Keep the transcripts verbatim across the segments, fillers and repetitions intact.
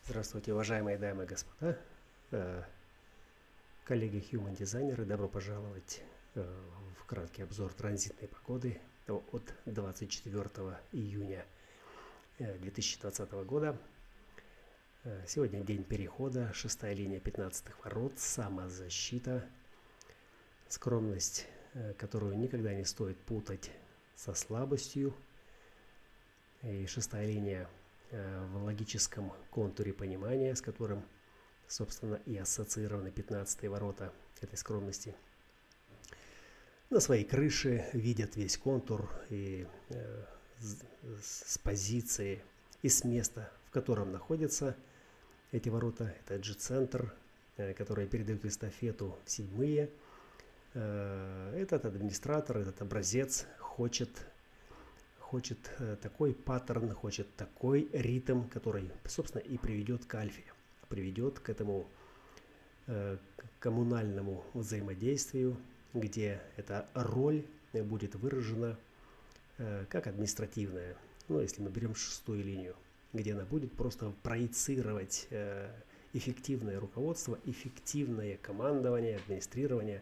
Здравствуйте, уважаемые дамы и господа, э, коллеги-хьюман-дизайнеры, добро пожаловать э, в краткий обзор транзитной погоды от двадцать четвёртого июня две тысячи двадцатого года. Сегодня день перехода, шестая линия пятнадцатых ворот, самозащита, скромность, которую никогда не стоит путать со слабостью, и шестая линия в логическом контуре понимания, с которым, собственно, и ассоциированы пятнадцатые ворота этой скромности. На своей крыше видят весь контур и э, с позиции и с места, в котором находятся эти ворота. Это G-центр, э, который передает эстафету в седьмые. Э, этот администратор, этот образец хочет хочет такой паттерн, хочет такой ритм, который, собственно, и приведет к альфе, приведет к этому э, коммунальному взаимодействию, где эта роль будет выражена э, как административная. Ну, если мы берем шестую линию, где она будет просто проецировать э, эффективное руководство, эффективное командование, администрирование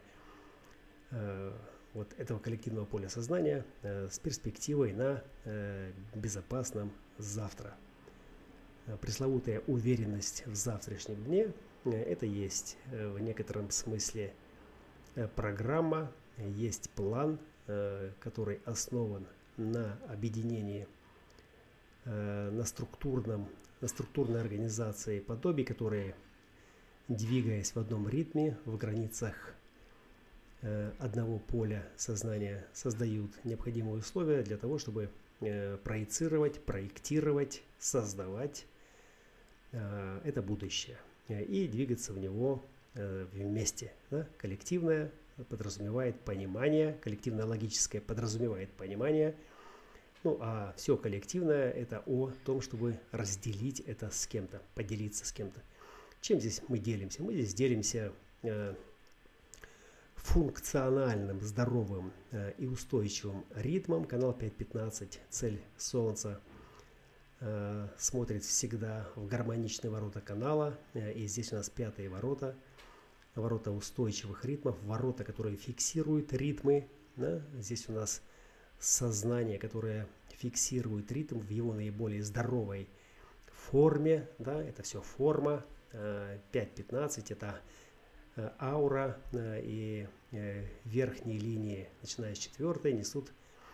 э, вот этого коллективного поля сознания э, с перспективой на э, безопасном завтра. Пресловутая уверенность в завтрашнем дне э, это есть э, в некотором смысле э, программа, есть план, э, который основан на объединении, э, на структурном, на структурной организации подобий, которые, двигаясь в одном ритме, в границах одного поля сознания, создают необходимые условия для того, чтобы э, проецировать, проектировать, создавать э, это будущее и двигаться в него э, вместе. Да? Коллективное подразумевает понимание, коллективное логическое подразумевает понимание, ну а все коллективное это о том, чтобы разделить это с кем-то, поделиться с кем-то. Чем здесь мы делимся? Мы здесь делимся э, функциональным, здоровым э, и устойчивым ритмом. Канал пять пятнадцать, цель Солнца, э, смотрит всегда в гармоничные ворота канала. Э, и здесь у нас пятые ворота, ворота устойчивых ритмов, ворота, которые фиксируют ритмы. Да? Здесь у нас сознание, которое фиксирует ритм в его наиболее здоровой форме. Да? Это все форма. Э, пять пятнадцать это аура и верхние линии, начиная с четвертой, несут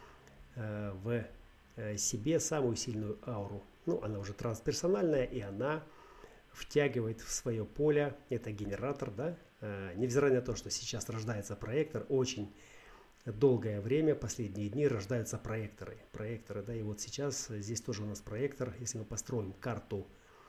в себе самую сильную ауру. Ну, она уже трансперсональная, и она втягивает в свое поле, это генератор, да, невзирая на то, что сейчас рождается проектор, очень долгое время, последние дни рождаются проекторы, проекторы, да, и вот сейчас здесь тоже у нас проектор, если мы построим карту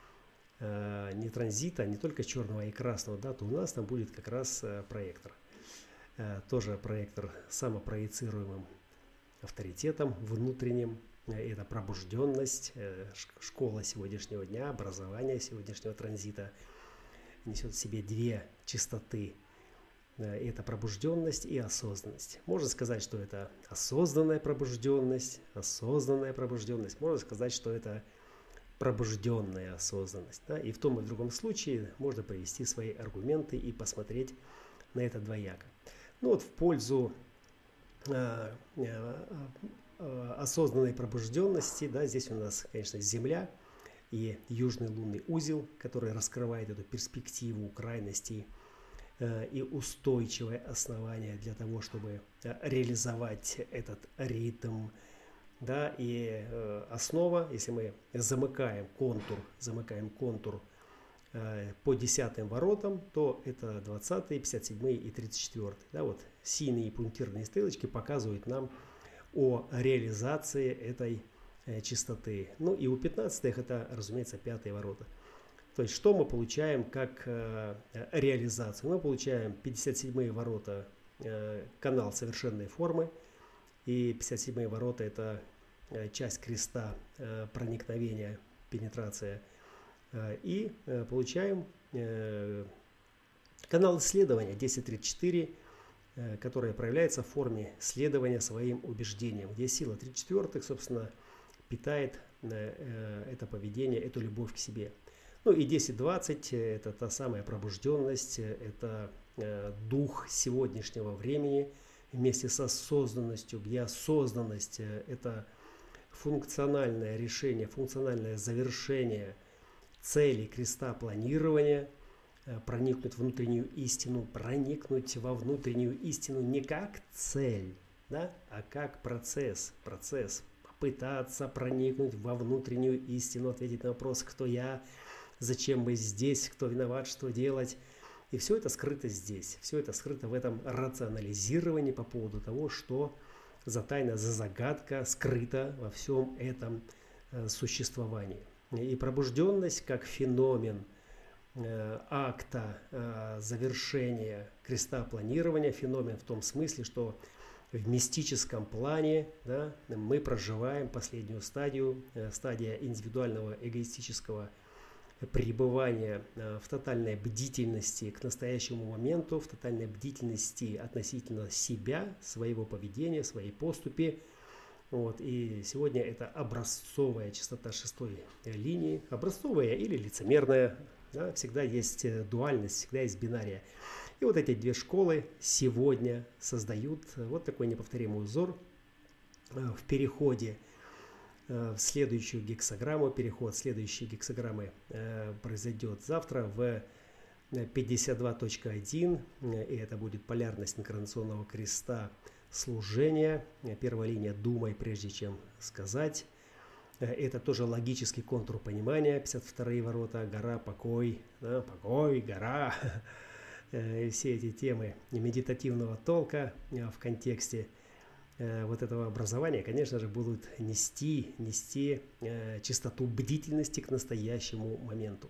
не транзита, не только черного и красного, да, то у нас там будет как раз проектор. Тоже проектор с самопроецируемым авторитетом внутренним. Это пробужденность, школа сегодняшнего дня, образование сегодняшнего транзита несет в себе две частоты. Это пробужденность и осознанность. Можно сказать, что это осознанная пробужденность, осознанная пробужденность. Можно сказать, что это пробужденная осознанность. Да? И в том и в другом случае можно привести свои аргументы и посмотреть на это двояко. Ну вот в пользу э, э, э, осознанной пробужденности, да, здесь у нас, конечно, Земля и южный лунный узел, который раскрывает эту перспективу крайностей э, и устойчивое основание для того, чтобы э, реализовать этот ритм. Да, и э, основа, если мы замыкаем контур, замыкаем контур э, по десятым воротам, то это двадцатый, пятьдесят седьмой и тридцать четвёртый. Да, вот синие пунктирные стрелочки показывают нам о реализации этой э, частоты. Ну и у пятнадцатых это, разумеется, пятые ворота. То есть что мы получаем как э, реализацию? Мы получаем пятьдесят седьмые ворота, э, канал совершенной формы. И пятьдесят седьмые ворота – это часть креста проникновения, пенетрация. И получаем канал исследования десять тридцать четыре, который проявляется в форме следования своим убеждениям, где сила тридцать четыре, собственно, питает это поведение, эту любовь к себе. Ну и десять двадцать – это та самая пробужденность, это дух сегодняшнего времени вместе с осознанностью, где осознанность – это функциональное решение, функциональное завершение цели креста планирования, проникнуть в внутреннюю истину, проникнуть во внутреннюю истину не как цель, да, а как процесс, процесс, попытаться проникнуть во внутреннюю истину, ответить на вопрос, кто я, зачем мы здесь, кто виноват, что делать. И все это скрыто здесь, все это скрыто в этом рационализировании по поводу того, что за тайна, за загадка скрыта во всем этом э, существовании. И пробужденность как феномен э, акта э, завершения креста планирования, феномен в том смысле, что в мистическом плане, да, мы проживаем последнюю стадию, э, стадия индивидуального эгоистического пребывания э, в тотальной бдительности к настоящему моменту, в тотальной бдительности относительно себя, своего поведения, своей поступи. Вот. И сегодня это образцовая частота шестой линии, образцовая или лицемерная, да, всегда есть дуальность, всегда есть бинария. И вот эти две школы сегодня создают вот такой неповторимый узор в переходе в следующую гексаграмму. Переход следующей гексаграммы э, произойдет завтра в пятьдесят два точка один, и это будет полярность инкарнационного креста служения. Первая линия «думай, прежде чем сказать». Это тоже логический контур понимания. пятьдесят вторые ворота, гора, покой, да, покой, гора. И все эти темы медитативного толка в контексте вот этого образования, конечно же, будут нести, нести э, чистоту бдительности к настоящему моменту.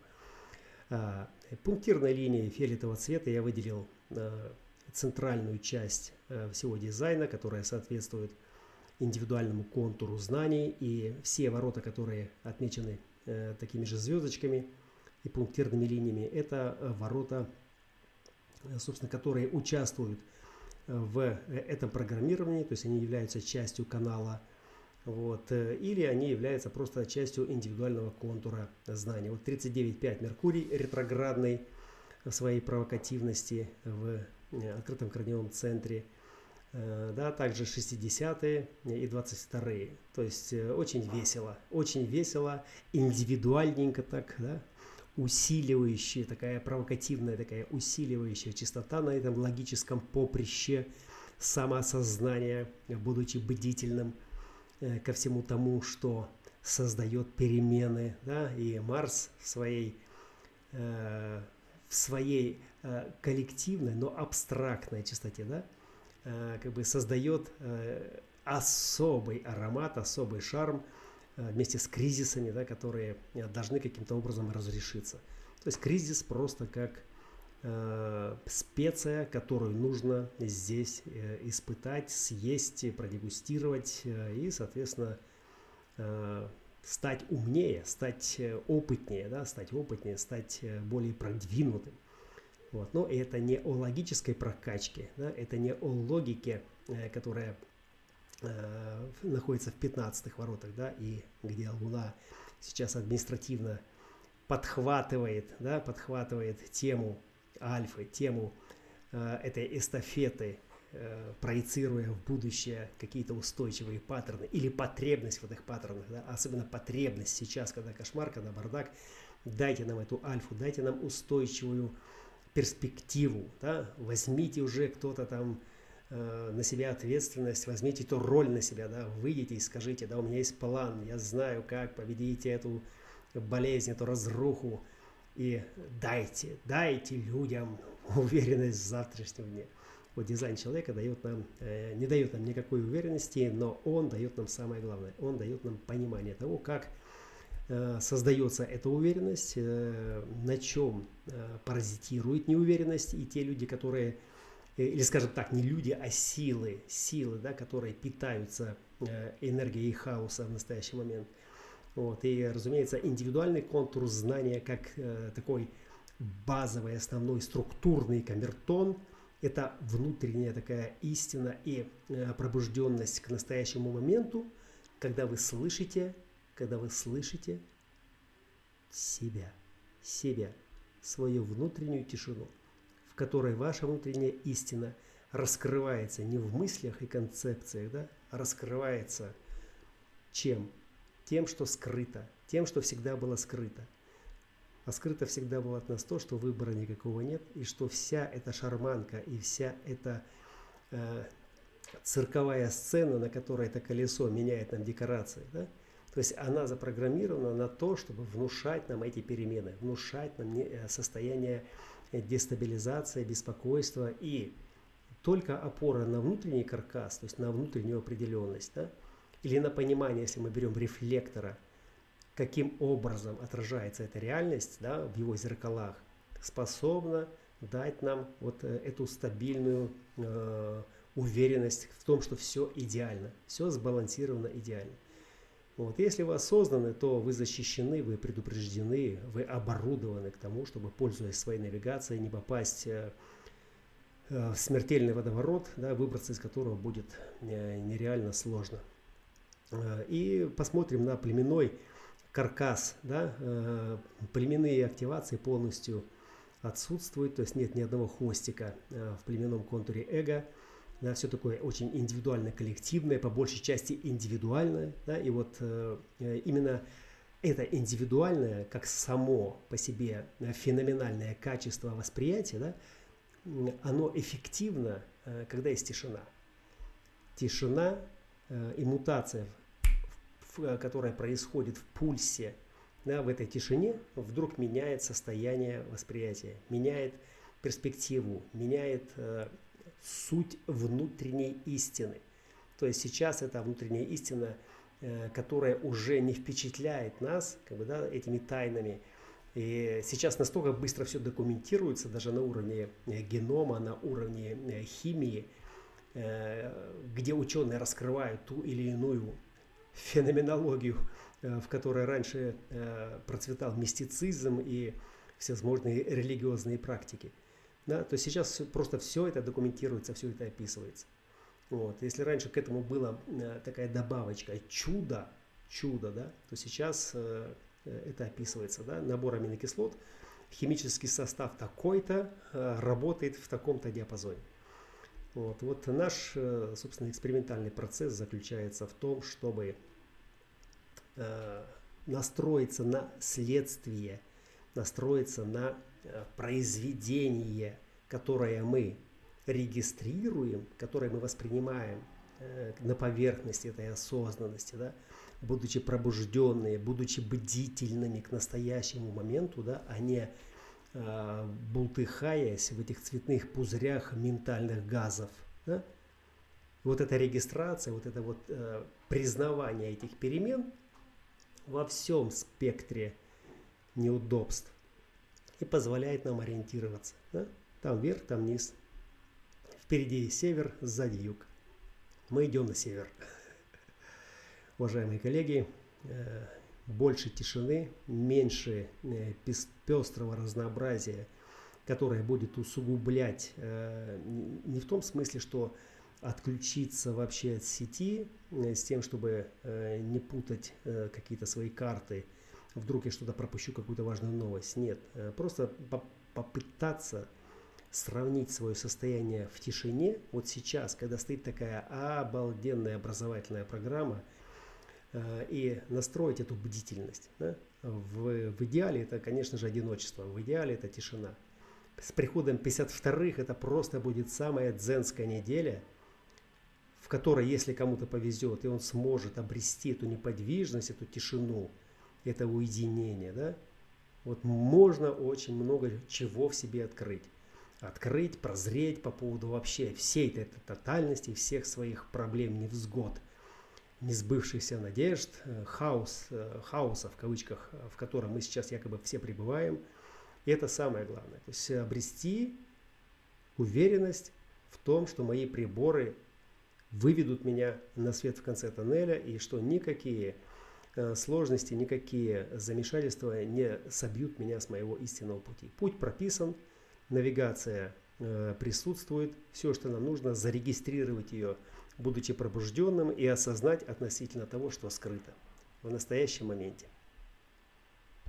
А, пунктирной линией фиолетового цвета я выделил э, центральную часть э, всего дизайна, которая соответствует индивидуальному контуру знаний, и все ворота, которые отмечены э, такими же звездочками и пунктирными линиями, это ворота, собственно, которые участвуют в этом программировании, то есть они являются частью канала, вот, или они являются просто частью индивидуального контура знания. Вот тридцать девять пять Меркурий ретроградный в своей провокативности в открытом корневом центре, да, также шестидесятые и двадцать вторые, то есть очень весело, очень весело, индивидуальненько так, да, усиливающая, такая провокативная, такая усиливающая частота на этом логическом поприще самоосознания, будучи бдительным э, ко всему тому, что создает перемены, да, и Марс в своей, э, в своей э, коллективной, но абстрактной частоте, да, э, как бы создает э, особый аромат, особый шарм, вместе с кризисами, да, которые должны каким-то образом разрешиться. То есть кризис просто как э, специя, которую нужно здесь э, испытать, съесть, продегустировать э, и, соответственно, э, стать умнее, стать опытнее, да, стать опытнее, стать более продвинутым. Вот. Но это не о логической прокачке, да, это не о логике, э, которая находится в пятнадцатых воротах, да, и где Луна сейчас административно подхватывает, да, подхватывает тему альфы, тему э, этой эстафеты, э, проецируя в будущее какие-то устойчивые паттерны или потребность в этих паттернах, да, особенно потребность сейчас, когда кошмар, когда бардак. Дайте нам эту альфу, дайте нам устойчивую перспективу, да, возьмите уже кто-то там на себя ответственность, возьмите эту роль на себя, да, выйдите и скажите, да, у меня есть план, я знаю, как победить эту болезнь, эту разруху, и дайте, дайте людям уверенность в завтрашнем дне. Вот дизайн человека дает нам, э, не дает нам никакой уверенности, но он дает нам самое главное, он дает нам понимание того, как э, создается эта уверенность, э, на чем э, паразитирует неуверенность, и те люди, которые или, скажем так, не люди, а силы, силы, да, которые питаются э, энергией хаоса в настоящий момент. Вот. И, разумеется, индивидуальный контур знания как э, такой базовый, основной, структурный камертон – это внутренняя такая истина и э, пробужденность к настоящему моменту, когда вы слышите, когда вы слышите себя. себя, свою внутреннюю тишину, в которой ваша внутренняя истина раскрывается не в мыслях и концепциях, да, а раскрывается чем? Тем, что скрыто, тем, что всегда было скрыто. А скрыто всегда было от нас то, что выбора никакого нет, и что вся эта шарманка и вся эта э, цирковая сцена, на которой это колесо меняет нам декорации, да, то есть она запрограммирована на то, чтобы внушать нам эти перемены, внушать нам состояние дестабилизации, беспокойства, и только опора на внутренний каркас, то есть на внутреннюю определенность, да, или на понимание, если мы берем рефлектора, каким образом отражается эта реальность, да, в его зеркалах, способна дать нам вот эту стабильную э, уверенность в том, что все идеально, все сбалансировано идеально. Вот. Если вы осознаны, то вы защищены, вы предупреждены, вы оборудованы к тому, чтобы, пользуясь своей навигацией, не попасть э, в смертельный водоворот, да, выбраться из которого будет э, нереально сложно. Э, и посмотрим на племенной каркас, да, э, племенные активации полностью отсутствуют, то есть нет ни одного хвостика э, в племенном контуре эго, да, все такое очень индивидуальное, коллективное, по большей части индивидуальное, да, и вот э, именно это индивидуальное, как само по себе феноменальное качество восприятия, да, оно эффективно, э, когда есть тишина. Тишина э, и мутация, которая происходит в пульсе, да, в этой тишине, вдруг меняет состояние восприятия, меняет перспективу, меняет э, суть внутренней истины. То есть сейчас это внутренняя истина, э, которая уже не впечатляет нас как бы, да, этими тайнами. И сейчас настолько быстро все документируется, даже на уровне генома, на уровне э, химии, э, где ученые раскрывают ту или иную феноменологию, в которой раньше процветал мистицизм и всевозможные религиозные практики. Да, то сейчас просто все это документируется, все это описывается. Вот. Если раньше к этому была такая добавочка чудо, чудо, да, то сейчас это описывается. Да, набор аминокислот, химический состав такой-то работает в таком-то диапазоне. Вот, вот наш, собственно, экспериментальный процесс заключается в том, чтобы э, настроиться на следствие, настроиться на э, произведение, которое мы регистрируем, которое мы воспринимаем э, на поверхности этой осознанности, да, будучи пробужденные, будучи бдительными к настоящему моменту, да, а не бултыхаясь в этих цветных пузырях ментальных газов. Да? Вот эта регистрация, вот это вот э, признавание этих перемен во всем спектре неудобств и позволяет нам ориентироваться. Да? Там вверх, там вниз. Впереди север, сзади юг. Мы идем на север. Уважаемые коллеги, э, больше тишины, меньше э, пестрого разнообразия, которое будет усугублять, э, не в том смысле, что отключиться вообще от сети э, с тем, чтобы э, не путать э, какие-то свои карты, вдруг я что-то пропущу, какую-то важную новость. Нет, э, просто по попытаться сравнить свое состояние в тишине, вот сейчас, когда стоит такая обалденная образовательная программа, и настроить эту бдительность. Да? В, в идеале это, конечно же, одиночество, в идеале это тишина. С приходом пятьдесят вторых это просто будет самая дзенская неделя, в которой, если кому-то повезет, и он сможет обрести эту неподвижность, эту тишину, это уединение, да? Вот можно очень много чего в себе открыть. Открыть, прозреть по поводу вообще всей этой тотальности, всех своих проблем, невзгод, несбывшихся надежд, хаос, хаоса в кавычках, в котором мы сейчас якобы все пребываем. И это самое главное. То есть обрести уверенность в том, что мои приборы выведут меня на свет в конце тоннеля, и что никакие сложности, никакие замешательства не собьют меня с моего истинного пути. Путь прописан, навигация присутствует, все, что нам нужно, зарегистрировать ее, будучи пробужденным, и осознать относительно того, что скрыто в настоящем моменте.